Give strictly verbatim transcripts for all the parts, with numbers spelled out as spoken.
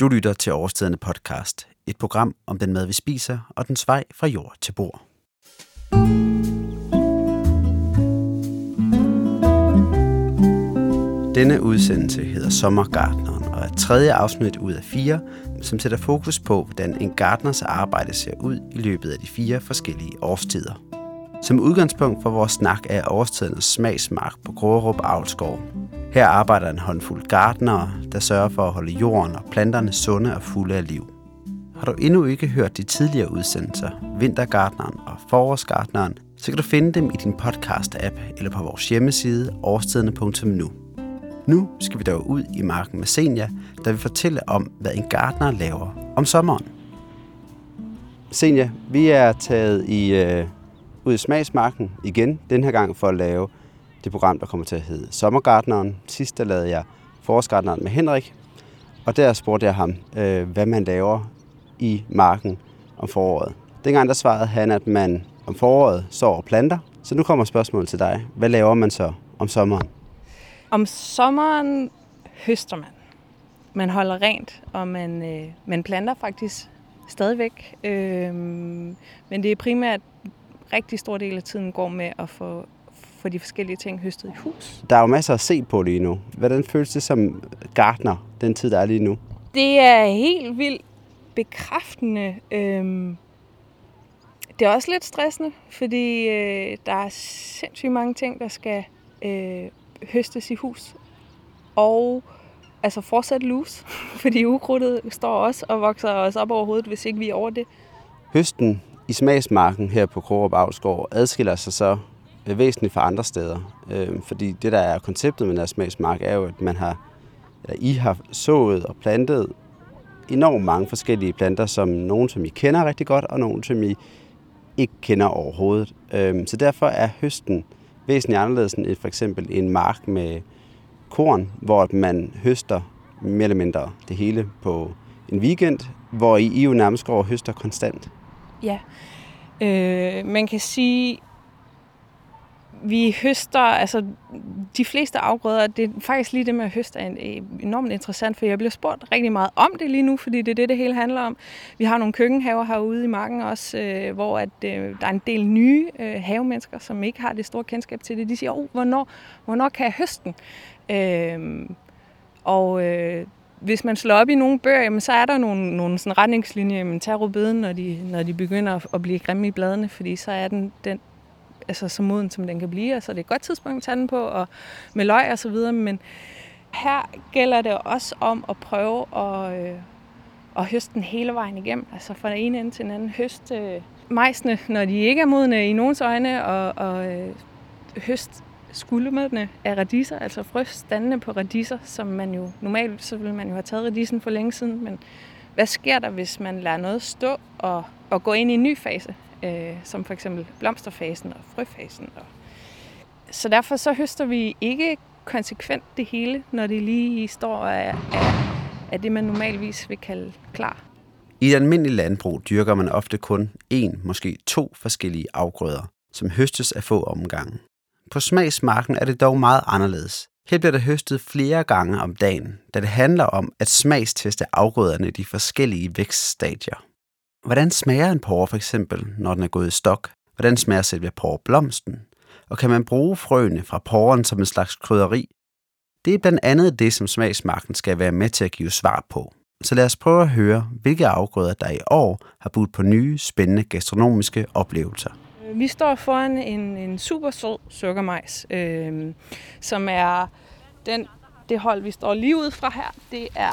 Du lytter til Årstiderne podcast, et program om den mad, vi spiser, og dens vej fra jord til bord. Denne udsendelse hedder Sommergartneren og er tredje afsnit ud af fire, som sætter fokus på, hvordan en gartners arbejde ser ud i løbet af de fire forskellige årstider. Som udgangspunkt for vores snak er årstidernes smagsmark på Grårup Avlsgård. Her arbejder en håndfuld gartnere, der sørger for at holde jorden og planterne sunde og fulde af liv. Har du endnu ikke hørt de tidligere udsendelser, Vintergartneren og Forårsgartneren, så kan du finde dem i din podcast-app eller på vores hjemmeside årstiderne punktum nu. Nu skal vi dog ud i marken med Senja, der vil fortælle om, hvad en gartner laver om sommeren. Senja, vi er taget i, øh, ud i smagsmarken igen, den her gang for at lave det program, der kommer til at hedde Sommergartneren. Sidst der lavede jeg Forårsgartneren med Henrik, og der spurgte jeg ham, øh, hvad man laver i marken om foråret. Dengang der svarede han, at man om foråret sår og planter, så nu kommer spørgsmålet til dig. Hvad laver man så om sommeren? Om sommeren høster man. Man holder rent, og man, øh, man planter faktisk stadigvæk. Øh, men det er primært rigtig stor del af tiden går med at få, få de forskellige ting høstet i hus. Der er jo masser at se på lige nu. Hvordan føles det som gartner, den tid, der er lige nu? Det er helt vildt bekræftende. Øh, det er også lidt stressende, fordi øh, der er sindssygt mange ting, der skal øh, høstes i hus. Og altså fortsat lus, fordi ukrudtet står også og vokser os op over hovedet, hvis ikke vi er over det. Høsten i smagsmarken her på Grårup Avlsgård adskiller sig så væsentligt fra andre steder. Øh, fordi det, der er konceptet med den her smagsmark, er jo, at man har, eller I har sået og plantet enormt mange forskellige planter, som nogle, som I kender rigtig godt, og nogle, som I ikke kender overhovedet. Øh, så derfor er høsten væsentligt anderledes end for eksempel en mark med korn, hvor man høster mere eller mindre det hele på en weekend, hvor I jo nærmest går og høster konstant. Ja, øh, man kan sige, vi høster, altså de fleste afgrøder, det er faktisk lige det med at høste er enormt interessant, for jeg bliver spurgt rigtig meget om det lige nu, fordi det er det, det hele handler om. Vi har nogle køkkenhaver herude i marken også, øh, hvor at, øh, der er en del nye øh, havemennesker, som ikke har det store kendskab til det. De siger, oh, hvornår, hvornår kan jeg høste den? Øh, og øh, hvis man slår op i nogle bøger, jamen, så er der nogle, nogle sådan retningslinjer, jamen, tag rødbeden, når de, når de begynder at, at blive grimme i bladene, fordi så er den, den altså så moden, som den kan blive, og så er det et godt tidspunkt at tage den på, og med løg og så videre, men her gælder det også om at prøve at, øh, at høste den hele vejen igennem, altså fra den ene ende til den anden. Høste øh, majsene, når de ikke er modne i nogens øjne, og, og øh, høst skuldemødene af radiser, altså frøstandene på radiser, som man jo normalt, så ville man jo have taget radisen for længe siden, men hvad sker der, hvis man lader noget stå og, og gå ind i en ny fase? Øh, som for eksempel blomsterfasen og frøfasen. Og så derfor så høster vi ikke konsekvent det hele, når det lige står og er, er, er det, man normalvis vil kalde klar. I et almindeligt landbrug dyrker man ofte kun én, måske to forskellige afgrøder, som høstes af få omgange. På smagsmarken er det dog meget anderledes. Her bliver der høstet flere gange om dagen, da det handler om at smagsteste afgrøderne i de forskellige vækststadier. Hvordan smager en porre for eksempel, når den er gået i stok? Hvordan smager selve porreblomsten? Og kan man bruge frøene fra porren som en slags krydderi? Det er blandt andet det, som smagsmarken skal være med til at give svar på. Så lad os prøve at høre, hvilke afgrøder der i år har budt på nye, spændende gastronomiske oplevelser. Vi står foran en, en super sød sukkermajs, øh, som er den, det hold, vi står lige ud fra her. Det er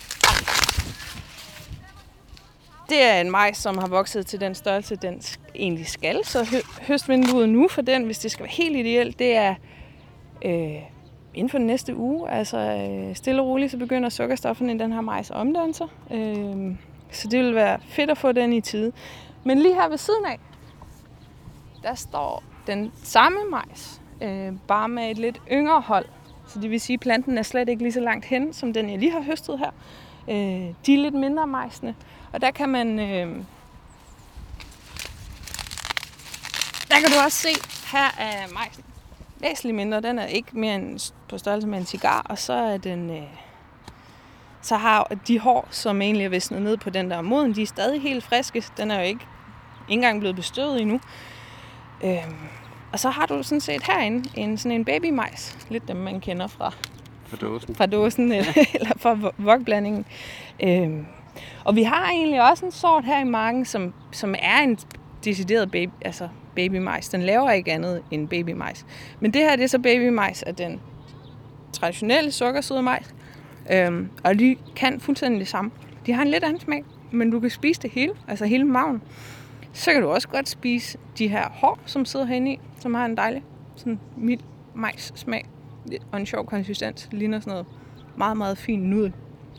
Det er en majs, som har vokset til den størrelse, den egentlig skal. Så hø- høstvinduet nu for den, hvis det skal være helt ideelt, det er øh, inden for den næste uge. Altså øh, stille og roligt, så begynder sukkerstofferne i den her majs at omdanne sig. Øh, så det vil være fedt at få den i tide. Men lige her ved siden af, der står den samme majs, øh, bare med et lidt yngre hold. Så det vil sige, at planten er slet ikke lige så langt hen, som den jeg lige har høstet her. Øh, de er lidt mindre majsene. Og der kan man, øh, der kan du også se, her er majsen væsentligt mindre. Den er ikke mere end på størrelse med en cigar, og så er den, øh, så har de hår, som egentlig er visnet ned på den der moden, de er stadig helt friske. Den er jo ikke, ikke engang blevet bestøvet endnu. Øhm, og så har du sådan set herinde en, sådan en babymajs. Lidt dem, man kender fra, fra dåsen, fra dåsen eller, eller fra vokblandingen. Øhm, og vi har egentlig også en sort her i marken, som, som er en decideret baby, altså babymajs. Den laver ikke andet end babymajs. Men det her, det er så babymajs af den traditionelle sukkersøde majs. Øhm, og de kan fuldstændig det samme. De har en lidt anden smag, men du kan spise det hele, altså hele maven. Så kan du også godt spise de her hår, som sidder herinde i, som har en dejlig, sådan mild majs smag og en sjov konsistens. Det ligner sådan noget meget, meget fin nudel.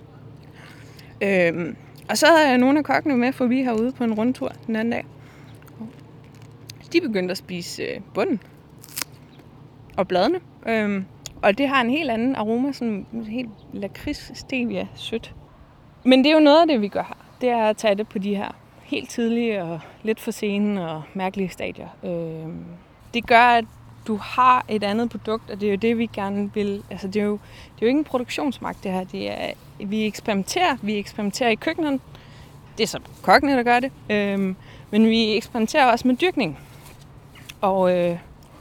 Øhm, og så havde jeg nogle af kokkene med forbi herude på en rundtur den anden dag. De begyndte at spise øh, bunden og bladene. Øhm, og det har en helt anden aroma, sådan helt lakrids, stevia, sødt. Men det er jo noget af det, vi gør her. Det er at tage det på de her helt tidlige og lidt for sene og mærkelige stadier. Øhm, det gør, at du har et andet produkt, og det er jo det, vi gerne vil. Altså, det er jo, det er jo ikke en produktionsmagt, det her. Det er, vi eksperimenterer. Vi eksperimenterer i køkkenet. Det er så kokkene, der gør det. Øhm, men vi eksperimenterer også med dyrkning. Og øh,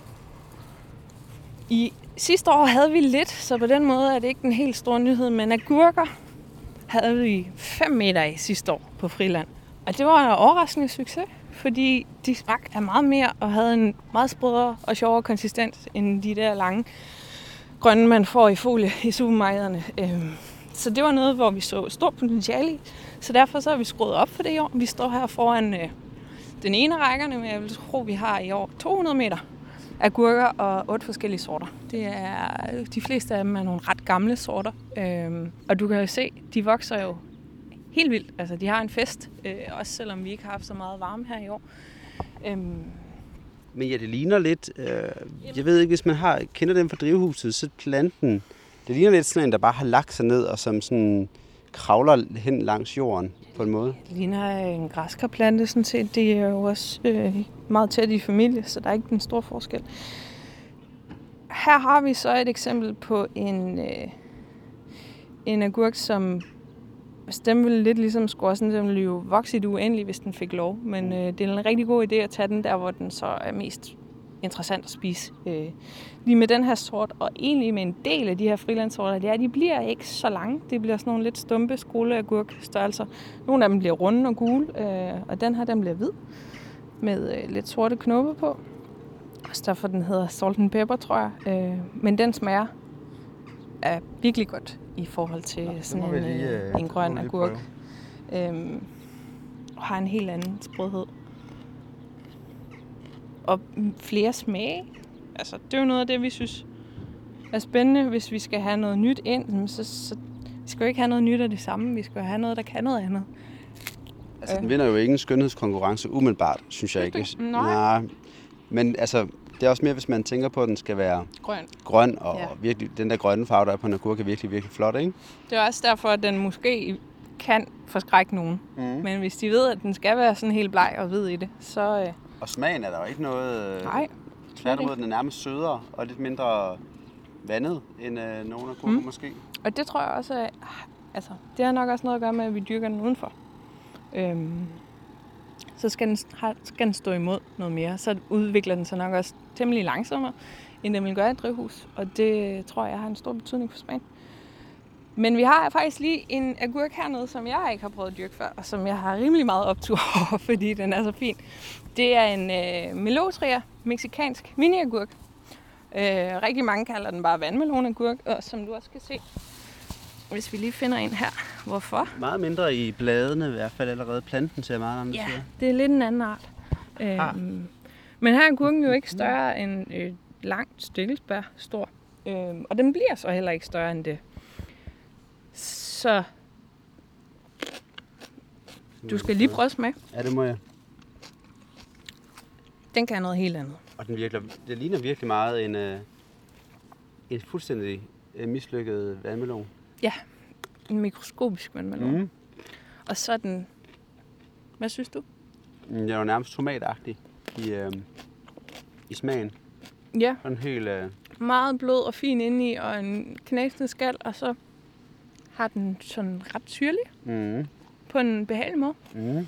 i sidste år havde vi lidt, så på den måde er det ikke en helt stor nyhed, men agurker havde vi fem meter i sidste år på friland. Og det var en overraskende succes, fordi de smagte af meget mere og havde en meget sprødere og sjovere konsistens end de der lange grønne, man får i folie i supermarkederne. Så det var noget, hvor vi så stort potentiale i. Så derfor så har vi skruet op for det i år. Vi står her foran øh, den ene af rækkerne, men jeg vil tro, vi har i år to hundrede meter agurker og otte forskellige sorter. Det er, de fleste af dem er nogle ret gamle sorter. Øhm, og du kan jo se, de vokser jo helt vildt. Altså, de har en fest, øh, også selvom vi ikke har haft så meget varme her i år. Øhm. Men ja, det ligner lidt, øh, jeg ved ikke, hvis man har kender dem fra drivhuset, så planten, det ligner lidt sådan en, der bare har lagt sig ned og som sådan kravler hen langs jorden på en måde. Det ligner en græskarplante, sådan set. Det er jo også øh, meget tæt i familie, så der er ikke den store forskel. Her har vi så et eksempel på en, øh, en agurk, som altså, den ville lidt ligesom squashen, den ville jo vokse i det uendelige, hvis den fik lov. Men øh, det er en rigtig god idé at tage den der, hvor den så er mest interessant at spise. Øh, lige med den her sort, og egentlig med en del af de her frilandssorter, det er, de bliver ikke så lange. Det bliver sådan nogle lidt stumpe skoleagurkstørrelser. Nogle af dem bliver runde og gule, øh, og den her, den bliver hvid med øh, lidt sorte knoppe på. Også derfor den hedder salt and pepper, tror jeg. Øh, men den smager er virkelig godt i forhold til ja, sådan en, lige, øh, en grøn agurk. Øh, og har en helt anden sprødhed. Og flere smage. Altså, det er jo noget af det, vi synes er spændende, hvis vi skal have noget nyt ind. Så, så vi skal jo ikke have noget nyt af det samme. Vi skal jo have noget, der kan noget andet. Altså, den vinder jo ikke en skønhedskonkurrence umiddelbart, synes jeg ikke. Nej. Nej. Men altså, det er også mere, hvis man tænker på, at den skal være grøn, grøn og ja. virkelig, den der grønne farve, der er på en agurk, er virkelig, virkelig flot, ikke? Det er også derfor, at den måske kan forskrække nogen. Mm. Men hvis de ved, at den skal være sådan helt bleg og hvid i det, så... Øh... Og smagen er der jo ikke noget... Nej. Tværtimod, den er nærmest sødere og lidt mindre vandet end øh, nogle agurker mm. måske. Og det tror jeg også, at, altså, det har nok også noget at gøre med, at vi dyrker den udenfor. Øhm, så skal den, skal den stå imod noget mere. Så udvikler den sig nok også temmelig langsommere, end den vil gøre i et drivhus. Og det tror jeg har en stor betydning for smagen. Men vi har faktisk lige en agurk hernede, som jeg ikke har prøvet at dyrke før, og som jeg har rimelig meget optur over, fordi den er så fin. Det er en øh, melotria, mexikansk mini-agurk. Øh, rigtig mange kalder den bare vandmelonagurk, og som du også kan se, hvis vi lige finder en her. Hvorfor? Meget mindre i bladene, i hvert fald allerede. Planten ser meget andet. Ja, det er lidt en anden art. Ah. Øhm, men her er agurken jo ikke større end et langt stikkelsbær stor. Øhm, og den bliver så heller ikke større end det. Så du skal lige prøve at smage. Ja, det må jeg. Den kan noget helt andet. Og den virkelig, det ligner virkelig meget en, øh, en fuldstændig øh, mislykket vandmelon. Ja, en mikroskopisk vandmelon. Mm. Og så den... Hvad synes du? Den er jo nærmest tomatagtig i, øh, i smagen. Ja. Og en helt... Øh... Meget blød og fin indeni, og en knæsende skal, og så har den sådan ret syrlig. Mm. På en behagelig måde. Mm.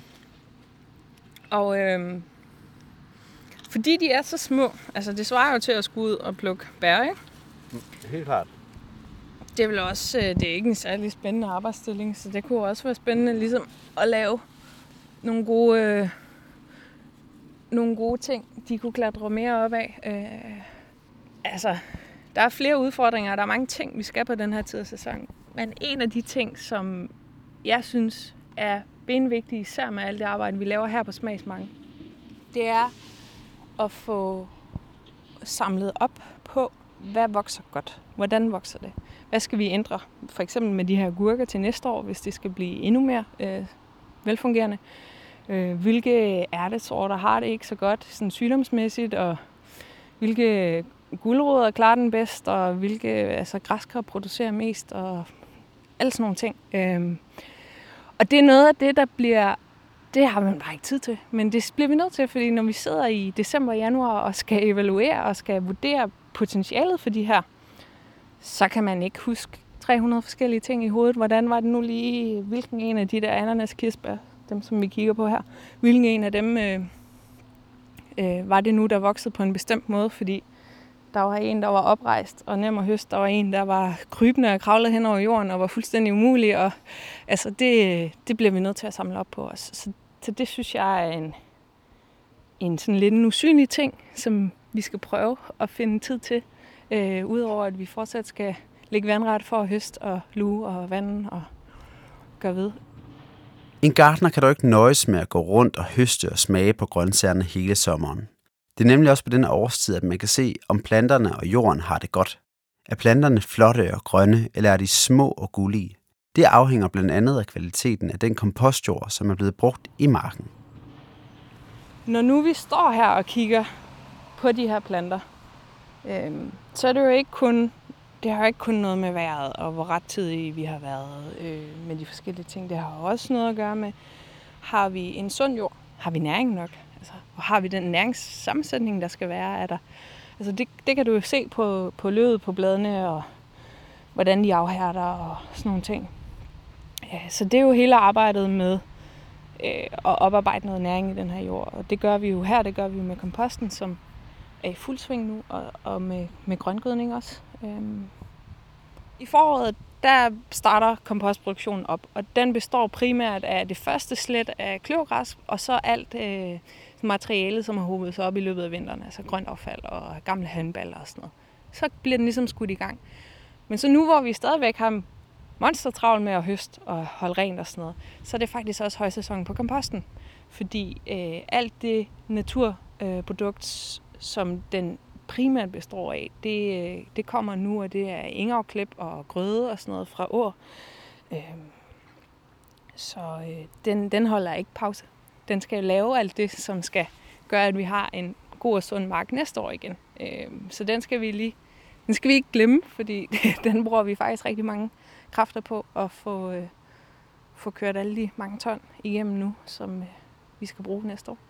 Og øh, fordi de er så små, altså det svarer jo til at skulle ud og plukke bær, ikke? Helt klart. Det er vel også, det er ikke en særlig spændende arbejdsstilling, så det kunne også være spændende ligesom at lave nogle gode, øh, nogle gode ting, de kunne klatre mere op af. Øh, altså, der er flere udfordringer, der er mange ting, vi skal på den her tid af sæsonen. Men en af de ting, som jeg synes er benvigtige, især med alt det arbejde, vi laver her på Smagsmarken, det er at få samlet op på, hvad vokser godt? Hvordan vokser det? Hvad skal vi ændre? For eksempel med de her gurker til næste år, hvis det skal blive endnu mere øh, velfungerende. Øh, hvilke ærtesorter har det ikke så godt sådan sygdomsmæssigt, og hvilke gulerødder klarer den bedst, og hvilke altså, græskar producerer mest, og alle sådan nogle ting. Øh, og det er noget af det, der bliver... Det har man bare ikke tid til, men det bliver vi nødt til, fordi når vi sidder i december og januar og skal evaluere og skal vurdere potentialet for de her, så kan man ikke huske tre hundrede forskellige ting i hovedet. Hvordan var det nu lige, hvilken en af de der ananas kirsebær, dem som vi kigger på her, hvilken en af dem øh, øh, var det nu, der voksede på en bestemt måde, fordi der var en, der var oprejst og nem at høste, der var en, der var krybende og kravlede hen over jorden og var fuldstændig umulig, og altså det, det bliver vi nødt til at samle op på os. Så, så det synes jeg er en, en sådan lidt en usynlig ting, som vi skal prøve at finde tid til, øh, udover at vi fortsat skal lægge vandret for at høste og luge og vande og gøre ved. En gartner kan dog ikke nøjes med at gå rundt og høste og smage på grøntsagerne hele sommeren. Det er nemlig også på denne årstid, at man kan se, om planterne og jorden har det godt. Er planterne flotte og grønne, eller er de små og gullige? Det afhænger blandt andet af kvaliteten af den kompostjord, som er blevet brugt i marken. Når nu vi står her og kigger på de her planter, øh, så er det jo ikke kun, det har jo ikke kun noget med vejret og hvor rettidige vi har været øh, med de forskellige ting. Det har også noget at gøre med, har vi en sund jord? Har vi næring nok? Altså, og har vi den næringssammensætning, der skal være? Er der, altså det, det kan du jo se på, på løvet på bladene, og hvordan de afhærder og sådan nogle ting. Ja, så det er jo hele arbejdet med øh, at oparbejde noget næring i den her jord. Og det gør vi jo her, det gør vi med komposten, som er i fuld sving nu, og, og med, med grøngødning også. Øhm. I foråret, der starter kompostproduktionen op, og den består primært af det første slæt af kløvergræs, og så alt øh, materialet, som har hobet sig op i løbet af vinteren, altså grønt affald og gamle håndballer og sådan noget. Så bliver den ligesom skudt i gang. Men så nu, hvor vi stadigvæk har monstertravl med at høste og holde rent og sådan noget, så er det faktisk også højsæson på komposten. Fordi øh, alt det naturprodukt, øh, som den primært består af, det, det kommer nu, og det er engaveklip og grøde og sådan noget fra år. Øh, så øh, den, den holder ikke pause. Den skal lave alt det, som skal gøre, at vi har en god og sund mark næste år igen. Øh, så den skal vi lige, den skal vi ikke glemme, fordi den bruger vi faktisk rigtig mange kræfter på at få, øh, få kørt alle de mange ton igennem nu, som øh, vi skal bruge næste år.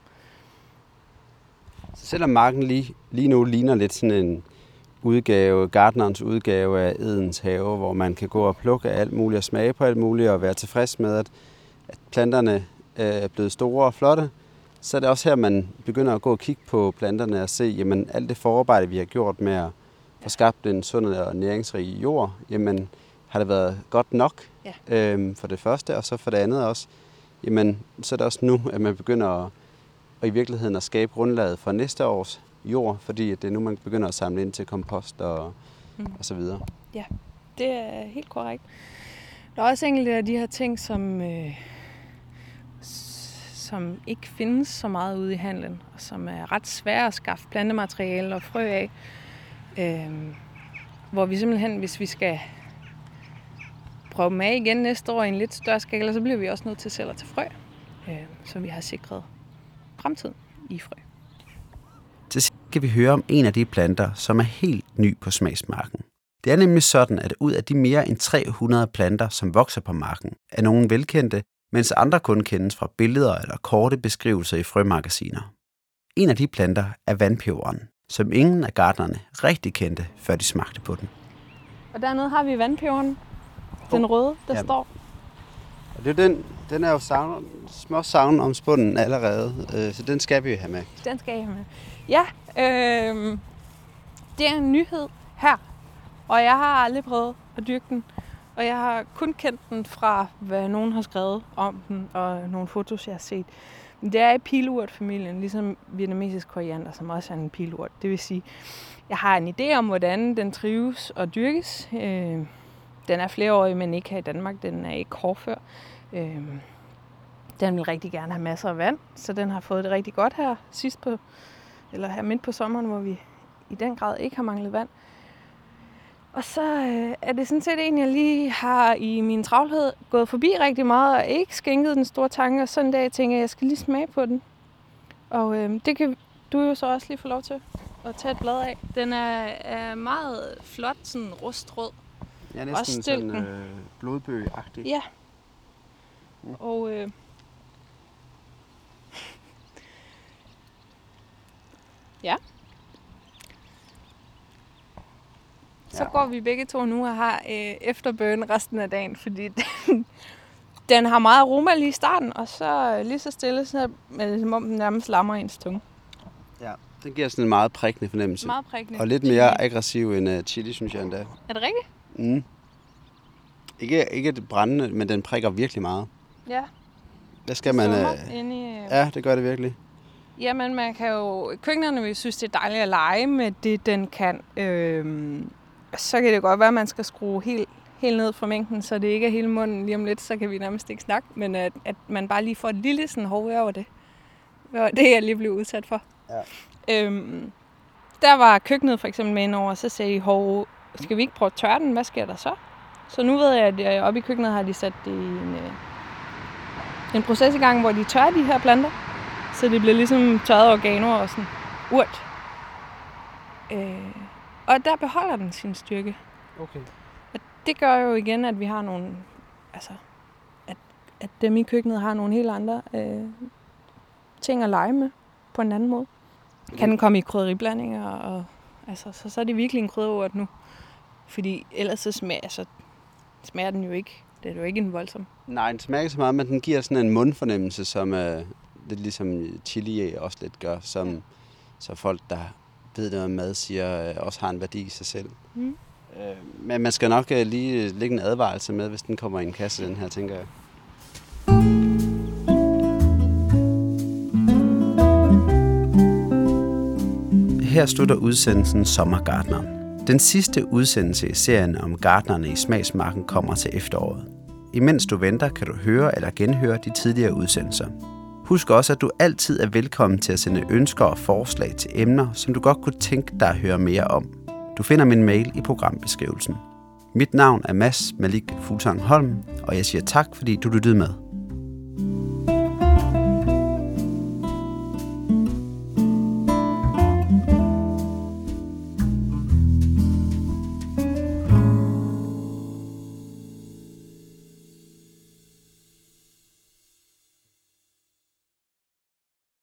Selvom marken lige, lige nu ligner lidt sådan en udgave, gartnerens udgave af Edens have, hvor man kan gå og plukke alt muligt og smage på alt muligt og være tilfreds med, at, at planterne er blevet store og flotte, så er det også her, man begynder at gå og kigge på planterne og se, jamen alt det forarbejde, vi har gjort med at få skabt en sund og næringsrig jord, jamen har det været godt nok ja. øhm, for det første, og så for det andet også, jamen så er det også nu, at man begynder at og i virkeligheden at skabe grundlaget for næste års jord, fordi det er nu, man begynder at samle ind til kompost og, mm. og så videre. Ja, det er helt korrekt. Der er også enkelte af de her ting, som, øh, som ikke findes så meget ude i handlen, og som er ret svære at skaffe plantemateriale og frø af. Øh, hvor vi simpelthen, hvis vi skal prøve dem af igen næste år i en lidt større skala, så bliver vi også nødt til selv at tage frø, øh, så vi har sikret fremtiden i frø. Til sidst skal vi høre om en af de planter, som er helt ny på Smagsmarken. Det er nemlig sådan, at ud af de mere end tre hundrede planter, som vokser på marken, er nogle velkendte, mens andre kun kendes fra billeder eller korte beskrivelser i frømagasiner. En af de planter er vandpeberen, som ingen af gartnerne rigtig kendte, før de smagte på den. Og dernede har vi vandpeberen. Den røde, der Jamen. står. Og det er den, den er jo savn, små savn om spunden allerede, øh, så den skal vi jo have med. Den skal jeg have med. Ja, øh, det er en nyhed her, og jeg har aldrig prøvet at dyrke den. Og jeg har kun kendt den fra, hvad nogen har skrevet om den, og nogle fotos, jeg har set. Men det er i pilurt-familien, ligesom vietnamesisk koriander, som også er en pilurt. Det vil sige, jeg har en idé om, hvordan den trives og dyrkes. Øh, den er flereårig, men ikke her i Danmark. Den er ikke hårdfør. Øh, den vil rigtig gerne have masser af vand, så den har fået det rigtig godt her sidst på, eller her midt på sommeren, hvor vi i den grad ikke har manglet vand. Og så øh, er det sådan set en, jeg lige har i min travlhed gået forbi rigtig meget, og ikke skænket den store tanke, og sådan en dag tænker jeg, jeg skal lige smage på den. Og øh, det kan du jo så også lige få lov til at tage et blad af. Den er, er meget flot, sådan rustrød. Ja, næsten sådan øh, blodbøg-agtig. Ja. Mm. Og øh, ja. Så ja. Går vi begge to nu og har øh, efterbøn resten af dagen, fordi den, den har meget aroma lige i starten, og så øh, lige så stille, så er det som om den nærmest lammer ens tunge. Ja, den giver sådan en meget prikkende fornemmelse. Meget prikkende. Og lidt mere aggressiv end uh, chili, synes jeg endda. Er det rigtigt? Mm. Ikke, ikke det brændende, men den prikker virkelig meget. Ja. Hvad skal man... Uh... Inde i, uh... Ja, det gør det virkelig. Jamen, man kan jo... Køkkenerne vil synes, det er dejligt at lege med det, den kan. Øhm... Så kan det godt være, at man skal skrue helt, helt ned fra mængden, så det ikke er hele munden lige om lidt, så kan vi nærmest ikke snakke. Men at, at man bare lige får et lille sådan hov over det. Det jeg lige blev udsat for. Ja. Øhm, der var køkkenet for eksempel med indover, og så sagde de, hov, skal vi ikke prøve at tørre den? Hvad sker der så? Så nu ved jeg, at oppe i køkkenet har de sat det i en, en proces i gang, hvor de tørrer de her planter. Så det bliver ligesom tørret organer og sådan urt. Øh, og der beholder den sin styrke. Okay. Og det gør jo igen, at vi har nogle, altså, at, at dem i køkkenet har nogle helt andre øh, ting at lege med på en anden måde. Kan den komme i krydderiblandinger, og altså, så, så er det virkelig en krydderurt nu. Fordi ellers så smager, altså, smager den jo ikke. Det er jo ikke en voldsom. Nej, den smager ikke så meget, men den giver sådan en mundfornemmelse, som øh, lidt ligesom chili også lidt gør, som så folk, der ved det om mad, siger, øh, også har en værdi i sig selv. Mm. Øh, men man skal nok øh, lige lægge en advarelse med, hvis den kommer i en kasse, den her, tænker jeg. Her slutter udsendelsen Sommergartneren. Den sidste udsendelse i serien om gartnerne i Smagsmarken kommer til efteråret. Imens du venter, kan du høre eller genhøre de tidligere udsendelser. Husk også, at du altid er velkommen til at sende ønsker og forslag til emner, som du godt kunne tænke dig at høre mere om. Du finder min mail i programbeskrivelsen. Mit navn er Mads Malik Fuglsang Holm, og jeg siger tak, fordi du lyttede med.